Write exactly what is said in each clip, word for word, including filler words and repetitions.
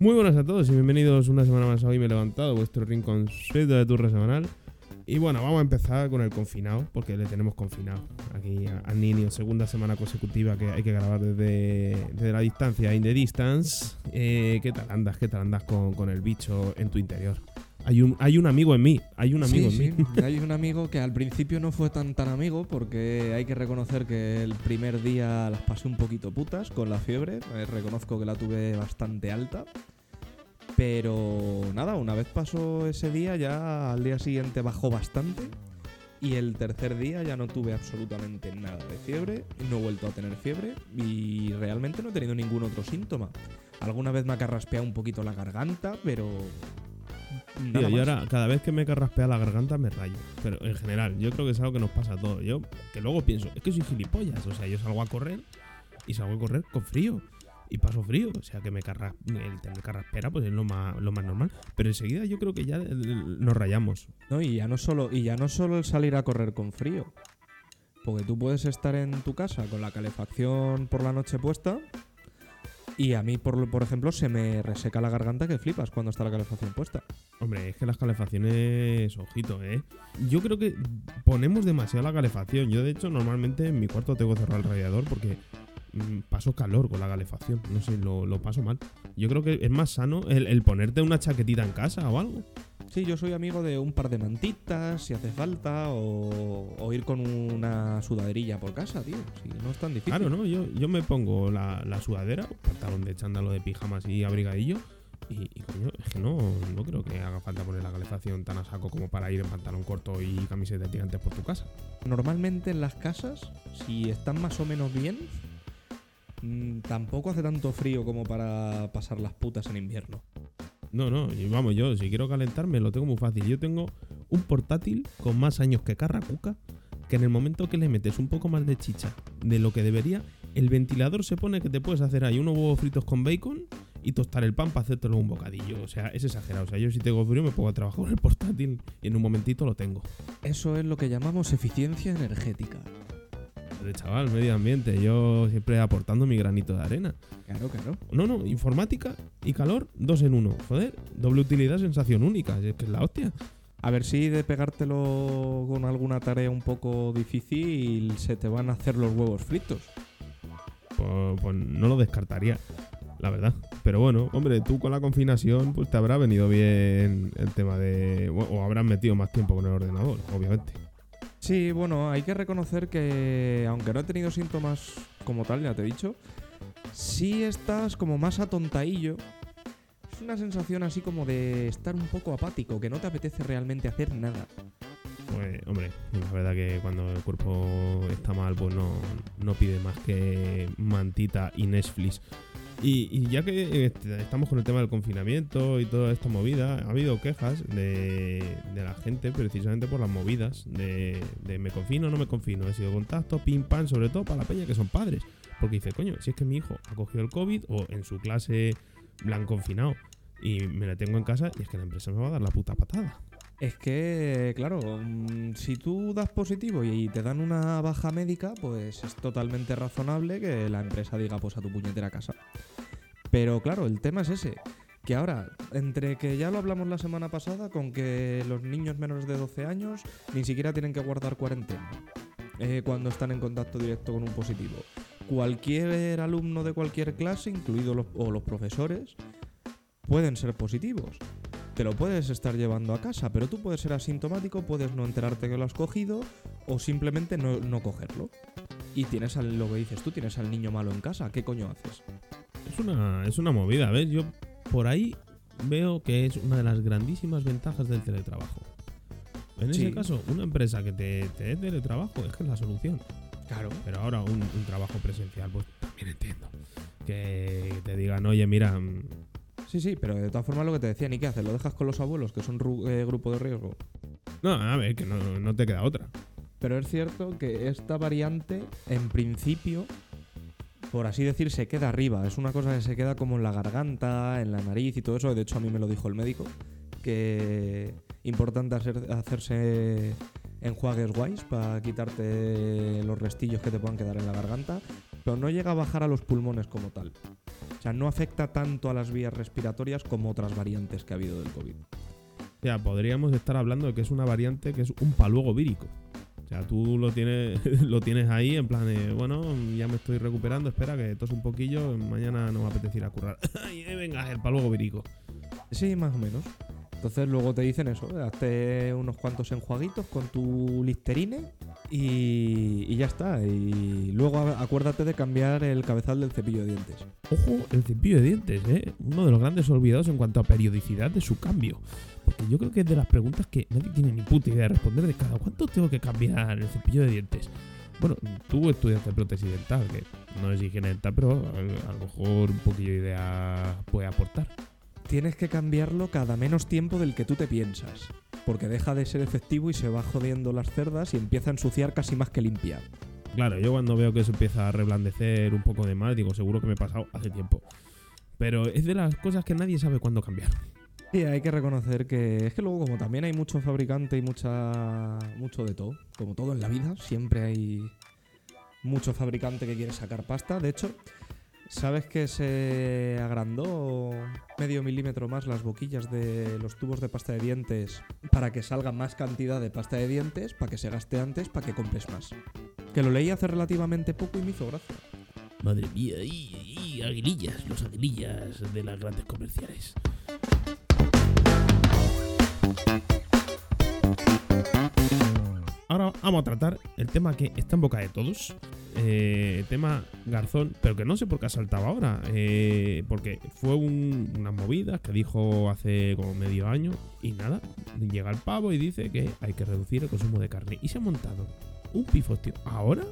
Muy buenas a todos y bienvenidos una semana más a Hoy Me He Levantado, vuestro rinconcito de turra semanal. Y bueno, vamos a empezar con el confinado, porque le tenemos confinado aquí al niño, segunda semana consecutiva que hay que grabar desde, desde la distancia, in the distance. Eh, ¿Qué tal andas? ¿Qué tal andas con, con el bicho en tu interior? Hay un, hay un amigo en mí, hay un amigo sí, en mí. Sí, hay un amigo que al principio no fue tan tan amigo, porque hay que reconocer que el primer día las pasé un poquito putas con la fiebre. Eh, reconozco que la tuve bastante alta. Pero nada, una vez pasó ese día, ya al día siguiente bajó bastante. Y el tercer día ya no tuve absolutamente nada de fiebre, no he vuelto a tener fiebre y realmente no he tenido ningún otro síntoma. Alguna vez me ha carraspeado un poquito la garganta, pero... Tío, yo ahora, cada vez que me carraspea la garganta me rayo. Pero en general, yo creo que es algo que nos pasa a todos. Yo, que luego pienso, es que soy gilipollas. O sea, yo salgo a correr y salgo a correr con frío. Y paso frío, o sea que me carra, el tener carraspera pues es lo más, lo más normal. Pero enseguida yo creo que ya nos rayamos. No, y ya no solo, y ya no solo el salir a correr con frío. Porque tú puedes estar en tu casa con la calefacción por la noche puesta. Y a mí, por, por ejemplo, se me reseca la garganta que flipas cuando está la calefacción puesta. Hombre, es que las calefacciones, ojito, ¿eh? Yo creo que ponemos demasiado la calefacción. Yo, de hecho, normalmente en mi cuarto tengo cerrado el radiador porque mmm, paso calor con la calefacción. No sé, lo, lo paso mal. Yo creo que es más sano el, el ponerte una chaquetita en casa o algo. Sí, yo soy amigo de un par de mantitas, si hace falta, o, o ir con una sudaderilla por casa, tío. Si no es tan difícil. Claro, ¿no? Yo, yo me pongo la, la sudadera, pantalón de chándalo de pijamas y abrigadillo. Y, y coño, es que no, no creo que haga falta poner la calefacción tan a saco como para ir en pantalón corto y camiseta de tirantes por tu casa. Normalmente en las casas, si están más o menos bien, mmm, tampoco hace tanto frío como para pasar las putas en invierno. No, no, y vamos, yo si quiero calentarme lo tengo muy fácil. Yo tengo un portátil con más años que Carracuca, que en el momento que le metes un poco más de chicha de lo que debería, el ventilador se pone que te puedes hacer ahí unos huevos fritos con bacon y tostar el pan para hacértelo un bocadillo. O sea, es exagerado. O sea, yo si tengo frío me pongo a trabajar con el portátil y en un momentito lo tengo. Eso es lo que llamamos eficiencia energética. Joder, chaval, medio ambiente. Yo siempre aportando mi granito de arena. Claro, claro. No, no, informática y calor, dos en uno. Joder, doble utilidad, sensación única. Es que es la hostia. A ver si de pegártelo con alguna tarea un poco difícil se te van a hacer los huevos fritos. Pues, pues no lo descartaría, la verdad. Pero bueno, hombre, tú con la confinación pues te habrá venido bien el tema de... O habrás metido más tiempo con el ordenador, obviamente. Sí, bueno, hay que reconocer que aunque no he tenido síntomas como tal, ya te he dicho, sí estás como más atontadillo. Es una sensación así como de estar un poco apático, que no te apetece realmente hacer nada. Pues, hombre, la verdad que cuando el cuerpo está mal, pues no, no pide más que mantita y Netflix. Y, y ya que estamos con el tema del confinamiento y toda esta movida, ha habido quejas de, de la gente precisamente por las movidas de, de me confino o no me confino, he sido contacto, pim pam, sobre todo para la peña que son padres. Porque dice, coño, si es que mi hijo ha cogido el COVID o en su clase la han confinado y me la tengo en casa y es que la empresa me va a dar la puta patada. Es que, claro, si tú das positivo y te dan una baja médica, pues es totalmente razonable que la empresa diga pues a tu puñetera casa. Pero claro, el tema es ese, que ahora, entre que ya lo hablamos la semana pasada, con que los niños menores de doce años ni siquiera tienen que guardar cuarentena eh, cuando están en contacto directo con un positivo. Cualquier alumno de cualquier clase, incluidos los, o los profesores, pueden ser positivos. Te lo puedes estar llevando a casa, pero tú puedes ser asintomático, puedes no enterarte que lo has cogido o simplemente no, no cogerlo. Y tienes al, lo que dices tú, tienes al niño malo en casa. ¿Qué coño haces? Es una, es una movida, ¿ves? Yo por ahí veo que es una de las grandísimas ventajas del teletrabajo. En Sí. ese caso, una empresa que te, te dé teletrabajo es que es la solución. Claro. Pero ahora un, un trabajo presencial, pues también entiendo. Que te digan, oye, mira... Sí, sí, pero de todas formas lo que te decían, ¿y qué haces? ¿Lo dejas con los abuelos, que son ru- eh, grupo de riesgo? No, a ver, que no, no te queda otra. Pero es cierto que esta variante, en principio, por así decir, se queda arriba. Es una cosa que se queda como en la garganta, en la nariz y todo eso. De hecho, a mí me lo dijo el médico, que importante hacer, hacerse enjuagues guays para quitarte los restillos que te puedan quedar en la garganta, pero no llega a bajar a los pulmones como tal. O sea, no afecta tanto a las vías respiratorias como otras variantes que ha habido del COVID. O sea, podríamos estar hablando de que es una variante que es un paluego vírico. O sea, tú lo tienes lo tienes ahí en plan de, bueno, ya me estoy recuperando, espera que tos un poquillo, mañana no me apetece ir a currar. Y venga, el paluego vírico. Sí, más o menos. Entonces luego te dicen eso, hazte unos cuantos enjuaguitos con tu Listerine y, y ya está. Y luego acuérdate de cambiar el cabezal del cepillo de dientes. Ojo, el cepillo de dientes, ¿eh? Uno de los grandes olvidados en cuanto a periodicidad de su cambio. Porque yo creo que es de las preguntas que nadie tiene ni puta idea de responder de cada cuánto tengo que cambiar el cepillo de dientes. Bueno, tú estudiaste prótesis dental, que no es higiene dental, pero a, a lo mejor un poquillo de idea puede aportar. Tienes que cambiarlo cada menos tiempo del que tú te piensas, porque deja de ser efectivo y se va jodiendo las cerdas y empieza a ensuciar casi más que limpiar. Claro, yo cuando veo que se empieza a reblandecer un poco de mal, digo, seguro que me he pasado hace tiempo. Pero es de las cosas que nadie sabe cuándo cambiar. Sí, hay que reconocer que es que luego como también hay mucho fabricante y mucha mucho de todo, como todo en la vida, siempre hay mucho fabricante que quiere sacar pasta. De hecho, ¿sabes que se agrandó medio milímetro más las boquillas de los tubos de pasta de dientes para que salga más cantidad de pasta de dientes, para que se gaste antes, para que compres más? Que lo leí hace relativamente poco y me hizo gracia. Madre mía, y, y aguilillas, los aguilillas de las grandes comerciales. Ahora vamos a tratar el tema que está en boca de todos. Eh, tema Garzón, pero que no sé por qué ha saltado ahora. Eh, porque fue un, unas movidas que dijo hace como medio año. Y nada, llega el pavo y dice que hay que reducir el consumo de carne. Y se ha montado un pifostio. Ahora,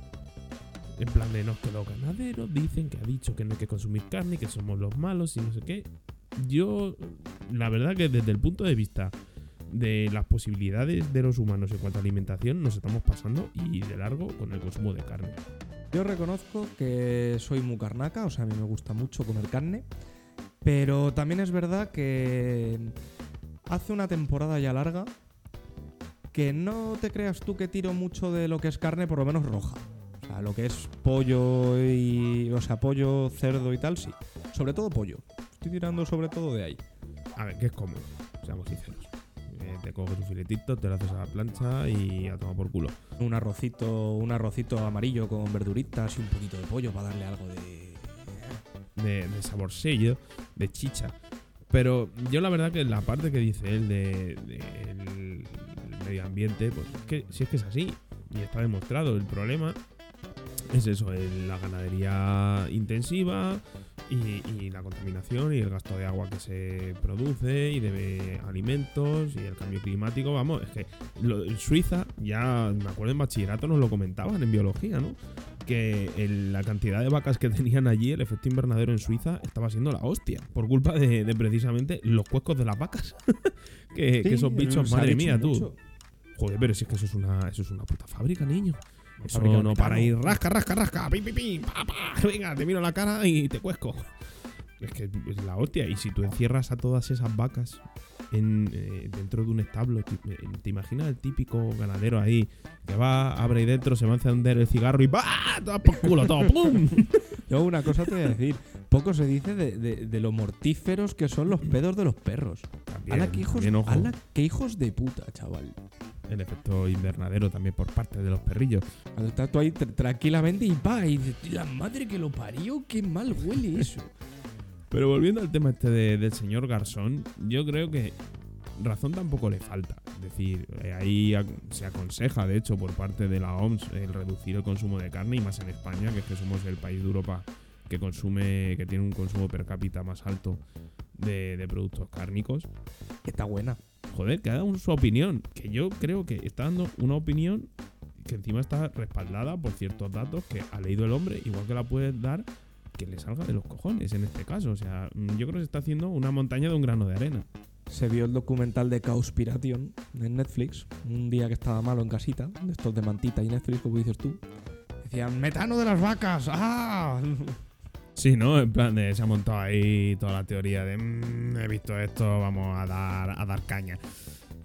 en plan de nos quedó ganadero, dicen que ha dicho que no hay que consumir carne, que somos los malos y no sé qué. Yo, la verdad que desde el punto de vista de las posibilidades de los humanos en cuanto a alimentación, nos estamos pasando y de largo con el consumo de carne. Yo reconozco que soy muy carnaca, o sea, a mí me gusta mucho comer carne, pero también es verdad que hace una temporada ya larga que no te creas tú que tiro mucho de lo que es carne, por lo menos roja. O sea, lo que es pollo y, o sea, pollo, cerdo y tal, sí. Sobre todo pollo. Estoy tirando sobre todo de ahí. A ver, que es cómodo, seamos sinceros. Te coges un filetito, te lo haces a la plancha y a tomar por culo. Un arrocito, un arrocito amarillo con verduritas y un poquito de pollo para darle algo de... De, de saborcillo, de chicha. Pero yo la verdad que la parte que dice él de, de el medio ambiente, pues es que si es que es así y está demostrado. El problema es eso, el, la ganadería intensiva y, y la contaminación y el gasto de agua que se produce y de alimentos y el cambio climático. Vamos, es que lo, en Suiza, ya me acuerdo en bachillerato nos lo comentaban en biología, ¿no? Que el, la cantidad de vacas que tenían allí, el efecto invernadero en Suiza estaba siendo la hostia, por culpa de, de precisamente los cuescos de las vacas. que, sí, que esos bichos, madre mía, tú. Mucho. Joder, pero si es que eso es una, eso es una puta fábrica, niño. Eso no, no para ir rasca, rasca, rasca, pi, pi, pi, pa, pa, venga, te miro la cara y te cuesco. Es que es la hostia. Y si tú encierras a todas esas vacas en, eh, dentro de un establo, te, te imaginas el típico ganadero ahí que va, abre ahí dentro, se va a encender el cigarro y ¡bah! Todo por culo, todo, ¡pum! Yo una cosa te voy a decir. Poco se dice de, de, de lo mortíferos que son los pedos de los perros. También, ala, qué hijos, ala, qué hijos de puta, chaval. El efecto invernadero también por parte de los perrillos. Cuando estás tú ahí t- tranquilamente y pa, y dices, la madre que lo parió, qué mal huele eso. Pero volviendo al tema este de, del señor Garzón, yo creo que razón tampoco le falta. Es decir, eh, ahí ac- se aconseja, de hecho, por parte de la O M S el reducir el consumo de carne, y más en España, que es que somos el país de Europa que consume, que tiene un consumo per cápita más alto de, de productos cárnicos. Está buena. Joder, que ha dado su opinión, que yo creo que está dando una opinión que encima está respaldada por ciertos datos que ha leído el hombre, igual que la puede dar que le salga de los cojones en este caso. O sea, yo creo que se está haciendo una montaña de un grano de arena. Se vio el documental de Cowspiración en Netflix, un día que estaba malo en casita, de estos de mantita y Netflix, como dices tú. Decían, metano de las vacas, ¡ah! Sí, ¿no? En plan de se ha montado ahí toda la teoría de mmm, he visto esto, vamos a dar, a dar caña.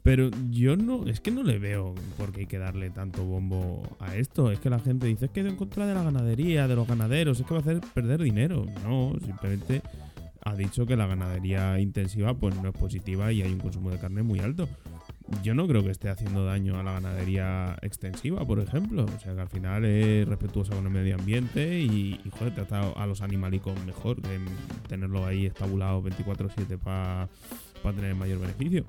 Pero yo no, es que no le veo por qué hay que darle tanto bombo a esto. Es que la gente dice, es que es en contra de la ganadería, de los ganaderos, es que va a hacer perder dinero. No, simplemente ha dicho que la ganadería intensiva pues no es positiva y hay un consumo de carne muy alto. Yo no creo que esté haciendo daño a la ganadería extensiva, por ejemplo. O sea, que al final es respetuosa con el medio ambiente y, y joder, trata a los animalicos mejor que tenerlo ahí estabulado veinticuatro siete para pa tener mayor beneficio.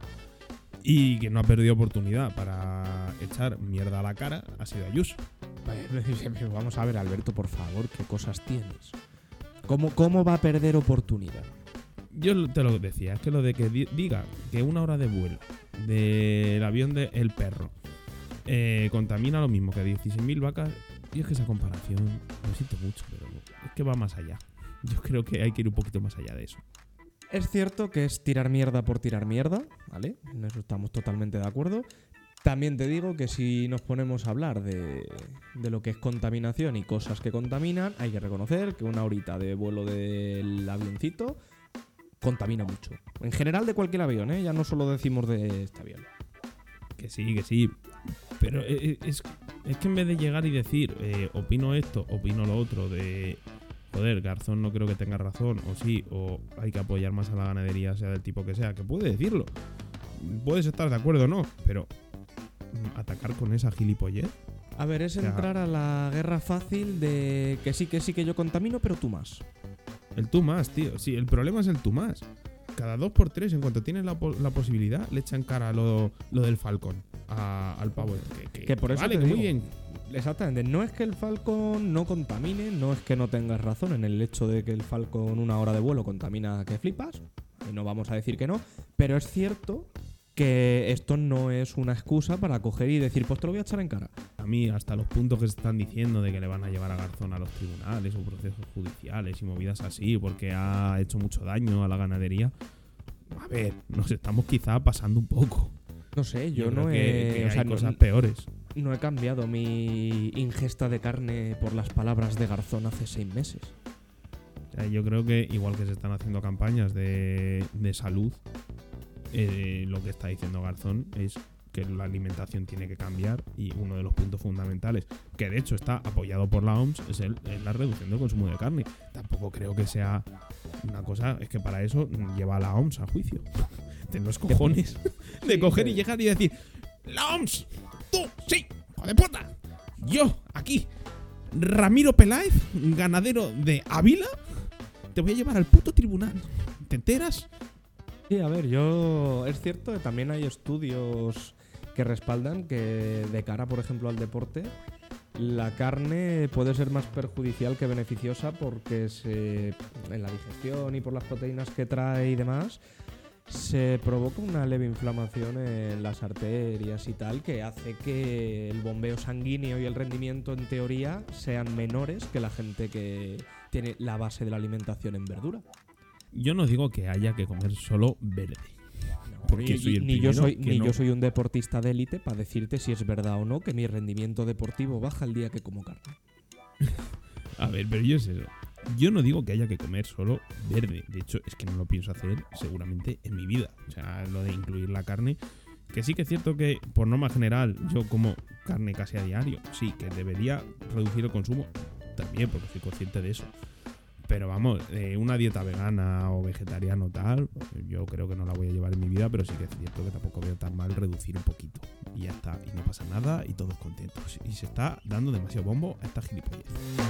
Y que no ha perdido oportunidad para echar mierda a la cara ha sido Ayuso. Vamos a ver, Alberto, por favor, ¿qué cosas tienes? ¿Cómo, cómo va a perder oportunidad? Yo te lo decía, es que lo de que di- diga que una hora de vuelo del avión de El Perro eh, contamina lo mismo que dieciséis mil vacas, y es que esa comparación, lo siento mucho, pero es que va más allá. Yo creo que hay que ir un poquito más allá de eso. Es cierto que es tirar mierda por tirar mierda, ¿vale? En eso estamos totalmente de acuerdo. También te digo que si nos ponemos a hablar de, de lo que es contaminación y cosas que contaminan, hay que reconocer que una horita de vuelo del avioncito contamina mucho. En general de cualquier avión, ¿eh? Ya no solo decimos de este avión. Que sí, que sí. Pero es, es, es que en vez de llegar y decir, eh, opino esto, opino lo otro, de... Joder, Garzón no creo que tenga razón, o sí, o hay que apoyar más a la ganadería, sea del tipo que sea, que puede decirlo. Puedes estar de acuerdo o no, pero atacar con esa gilipollez. A ver, es entrar a la guerra fácil de que sí, que sí, que yo contamino, pero tú más. El tú más, tío. Sí, el problema es el tú más. Cada dos por tres, en cuanto tienes la, po- la posibilidad, le echan cara lo, lo del Falcon a- al pavo. Que, que, Que por eso vale, te que muy digo. bien. Exactamente, no es que el Falcon no contamine, no es que no tengas razón en el hecho de que el Falcon una hora de vuelo contamina que flipas, y no vamos a decir que no, pero es cierto que esto no es una excusa para coger y decir, pues te lo voy a echar en cara. A mí, hasta los puntos que se están diciendo de que le van a llevar a Garzón a los tribunales o procesos judiciales y movidas así porque ha hecho mucho daño a la ganadería. A ver, nos estamos quizá pasando un poco. No sé, yo, Yo no creo he, que, que o sea, hay no- cosas peores. no he cambiado mi ingesta de carne por las palabras de Garzón hace seis meses. O sea, yo creo que igual que se están haciendo campañas de, de salud, eh, lo que está diciendo Garzón es que la alimentación tiene que cambiar y uno de los puntos fundamentales, que de hecho está apoyado por la O M S, es, el, es la reducción del consumo de carne. Tampoco creo que sea una cosa, es que para eso lleva a la O M S a juicio. De los cojones de Sí, coger sí. y llegar y decir, la O M S, tú, sí, hijo de puta, yo, aquí, Ramiro Peláez, ganadero de Ávila, te voy a llevar al puto tribunal. ¿Te enteras? Sí, a ver, yo... Es cierto que también hay estudios que respaldan que de cara, por ejemplo, al deporte, la carne puede ser más perjudicial que beneficiosa porque se, en la digestión y por las proteínas que trae y demás, se provoca una leve inflamación en las arterias y tal que hace que el bombeo sanguíneo y el rendimiento en teoría sean menores que la gente que tiene la base de la alimentación en verdura. Yo no digo que haya que comer solo verde. Porque Ni- soy el ni yo primero soy, que ni no- yo soy un deportista de élite para decirte si es verdad o no que mi rendimiento deportivo baja el día que como carne. A ver, pero yo es eso. Yo no digo que haya que comer solo verde. De hecho, es que no lo pienso hacer seguramente en mi vida. O sea, lo de incluir la carne. Que sí que es cierto que, por norma general, yo como carne casi a diario. Sí, que debería reducir el consumo. También, porque soy consciente de eso. Pero vamos, eh, una dieta vegana o vegetariana o tal, pues yo creo que no la voy a llevar en mi vida, pero sí que es cierto que tampoco veo tan mal reducir un poquito. Y ya está, y no pasa nada y todos contentos. Y se está dando demasiado bombo a esta gilipollez.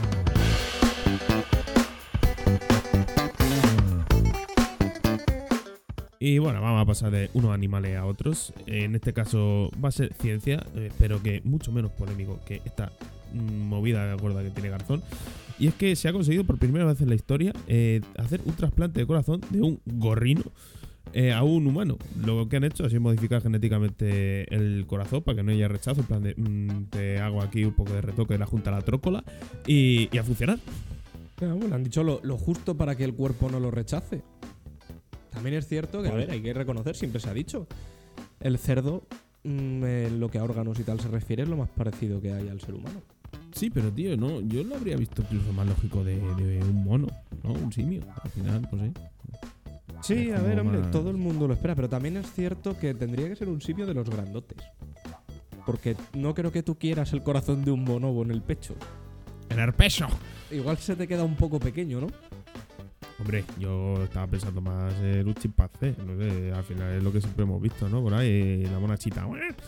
Y bueno, vamos a pasar de unos animales a otros. En este caso va a ser ciencia, eh, pero que mucho menos polémico que esta mm, movida gorda que tiene Garzón. Y es que se ha conseguido por primera vez en la historia eh, hacer un trasplante de corazón de un gorrino eh, a un humano. Lo que han hecho ha sido modificar genéticamente el corazón para que no haya rechazo. En plan de, mm, te hago aquí un poco de retoque de la junta a la trócola y, y a funcionar. Pero bueno, han dicho lo, lo justo para que el cuerpo no lo rechace. También es cierto que, a ver, hay que reconocer, siempre se ha dicho, el cerdo, mmm, en lo que a órganos y tal se refiere, es lo más parecido que hay al ser humano. Sí, pero tío, no, yo lo habría visto incluso más lógico de, de un mono, ¿no? Un simio, al final, no sé. Sí, Es a ver, como hombre, más- todo el mundo lo espera, pero también es cierto que tendría que ser un sitio de los grandotes. Porque no creo que tú quieras el corazón de un bonobo en el pecho. ¡El herpeso! Igual se te queda un poco pequeño, ¿no? Hombre, yo estaba pensando más en un chimpancé. No sé, al final es lo que siempre hemos visto, ¿no? Por ahí, la monachita.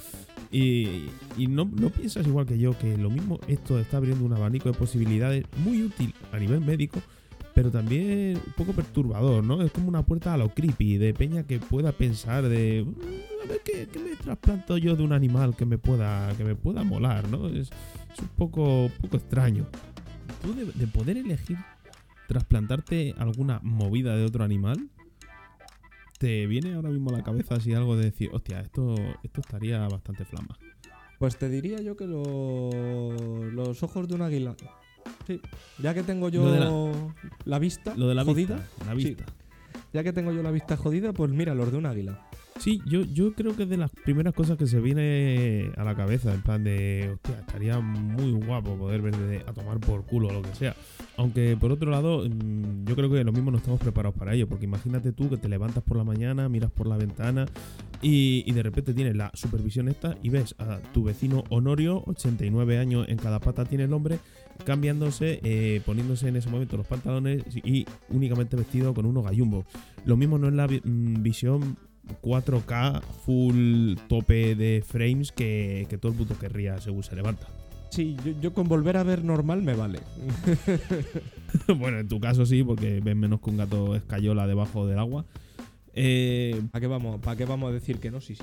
Y, y no, no piensas igual que yo que lo mismo esto está abriendo un abanico de posibilidades muy útil a nivel médico, pero también un poco perturbador, ¿no? Es como una puerta a lo creepy, de peña que pueda pensar de... "Mm, a ver qué, qué me trasplanto yo de un animal que me pueda, que me pueda molar, ¿no? Es, es un poco, un poco extraño. Tú de, de poder elegir trasplantarte alguna movida de otro animal, ¿te viene ahora mismo a la cabeza así algo de decir, hostia, esto, esto estaría bastante flama? Pues te diría yo que lo- los ojos de un águila. Sí, ya que tengo yo Lo de la, la- vista Lo de la jodida, vista, la Sí. vista. ya que tengo yo la vista jodida, pues mira, los de un águila. Sí, yo, yo creo que es de las primeras cosas que se viene a la cabeza, en plan de, hostia, estaría muy guapo poder ver de- a tomar por culo o lo que sea. Aunque por otro lado, mm, yo creo que lo mismo no estamos preparados para ello, porque imagínate tú que te levantas por la mañana, miras por la ventana y, y de repente tienes la supervisión esta y ves a tu vecino Honorio, ochenta y nueve años en cada pata tiene el hombre, cambiándose, eh, poniéndose en ese momento los pantalones y únicamente vestido con unos gallumbos. Lo mismo no es la vi- mm, visión cuatro K full tope de frames que, que todo el mundo querría según se levanta. Sí, yo, yo con volver a ver normal me vale. Bueno, en tu caso sí, porque ves menos que un gato escayola debajo del agua. Eh, ¿Para qué vamos, para qué vamos a decir que no? Sí, sí.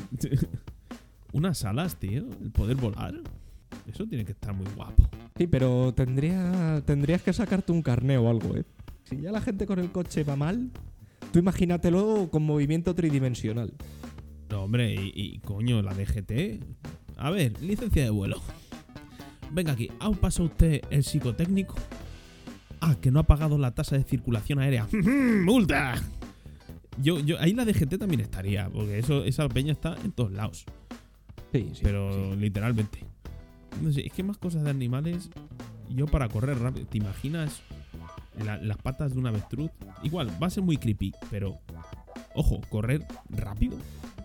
unas alas, tío, el poder volar. Eso tiene que estar muy guapo. Sí, pero tendría, tendrías que sacarte un carné o algo, ¿eh? Si ya la gente con el coche va mal, tú imagínatelo con movimiento tridimensional. No, hombre, y, y, coño, la D G T. A ver, licencia de vuelo. Venga aquí, ¿ha pasado usted el psicotécnico? Ah, que no ha pagado la tasa de circulación aérea. ¡Multa! Yo, yo, ahí la D G T también estaría, porque eso, esa peña está en todos lados. Sí, sí. Pero sí. literalmente. No sé, es que más cosas de animales. Yo para correr rápido, ¿te imaginas la- las patas de un avestruz? Igual, va a ser muy creepy, pero ojo, correr rápido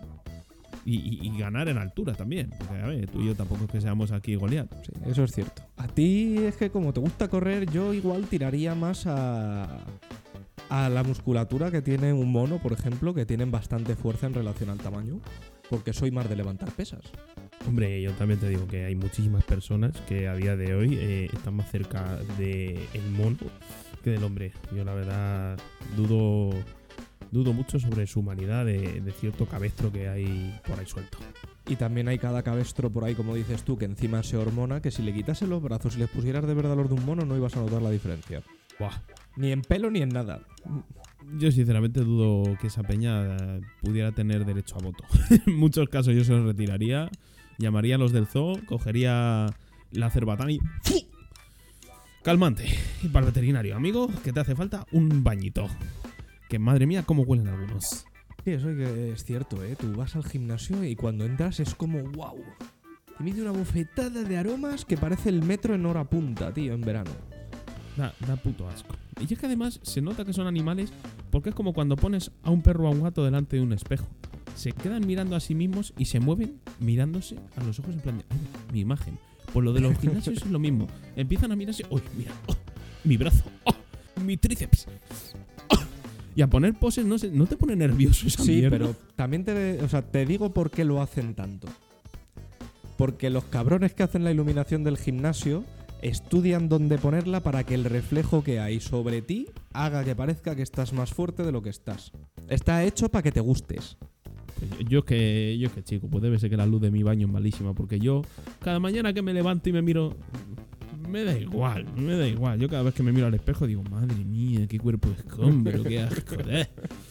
y, y- y ganar en altura también. Porque a ver, tú y yo tampoco es que seamos aquí Goliat. Sí, eso es cierto. A ti es que como te gusta correr, yo igual tiraría más a, a la musculatura que tiene un mono, por ejemplo, que tienen bastante fuerza en relación al tamaño, porque soy más de levantar pesas. Hombre, yo también te digo que hay muchísimas personas que a día de hoy eh, están más cerca del mono que del hombre. Yo la verdad dudo dudo mucho sobre su humanidad de, de cierto cabestro que hay por ahí suelto. Y también hay cada cabestro por ahí, como dices tú, que encima se hormona, que si le quitases los brazos y les pusieras de verdad los de un mono no ibas a notar la diferencia. Buah. Ni en pelo ni en nada. Yo sinceramente dudo que esa peña eh, pudiera tener derecho a voto. En muchos casos yo se los retiraría, llamaría a los del zoo, cogería la cerbatana y... ¡fu! Calmante. Y para el veterinario, amigo, que te hace falta un bañito. Que madre mía, cómo huelen algunos. Sí, eso que es cierto, ¿eh? Tú vas al gimnasio y cuando entras es como wow. Te mide una bofetada de aromas que parece el metro en hora punta, tío, en verano. Da, da puto asco. Y es que además se nota que son animales porque es como cuando pones a un perro o a un gato delante de un espejo. Se quedan mirando a sí mismos y se mueven mirándose a los ojos en plan de "Ay, mi imagen". Pues lo de los gimnasios es lo mismo. Empiezan a mirarse, uy, mira, oh, mi brazo, oh, mi tríceps. Oh". Y a poner poses no, se, no te pone nervioso esa Sí, mierda. pero también te, o sea, te digo por qué lo hacen tanto. Porque los cabrones que hacen la iluminación del gimnasio estudian dónde ponerla para que el reflejo que hay sobre ti haga que parezca que estás más fuerte de lo que estás. Está hecho para que te gustes. Pues yo es que, yo es que chico, pues debe ser que la luz de mi baño es malísima, porque yo cada mañana que me levanto y me miro, me da igual, me da igual. Yo cada vez que me miro al espejo digo, madre mía, qué cuerpo escombro, qué asco. eh".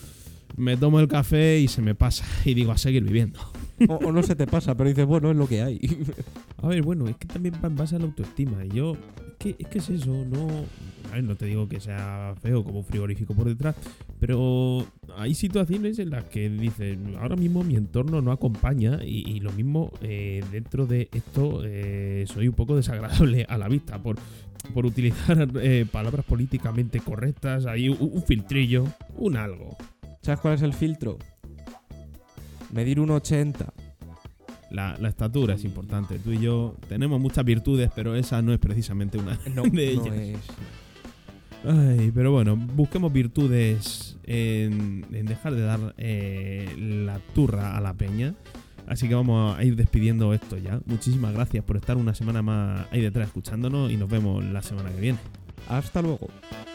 Me tomo el café y se me pasa y digo, a seguir viviendo. O, o no se te pasa, pero dices, bueno, es lo que hay. A ver, bueno, es que también va en base a la autoestima. Y yo, es que, es que es eso, no. A ver, no te digo que sea feo como un frigorífico por detrás, pero hay situaciones en las que dices, ahora mismo mi entorno no acompaña y, y lo mismo eh, dentro de esto eh, soy un poco desagradable a la vista por, por utilizar eh, palabras políticamente correctas, hay un, un filtrillo, un algo. ¿Sabes cuál es el filtro? Medir uno ochenta. La, la estatura es importante. Tú y yo tenemos muchas virtudes, pero esa no es precisamente una No, de no ellas. es. Ay, pero bueno, busquemos virtudes en, en dejar de dar eh, la turra a la peña. Así que vamos a ir despidiendo esto ya. Muchísimas gracias por estar una semana más ahí detrás escuchándonos y nos vemos la semana que viene. Hasta luego.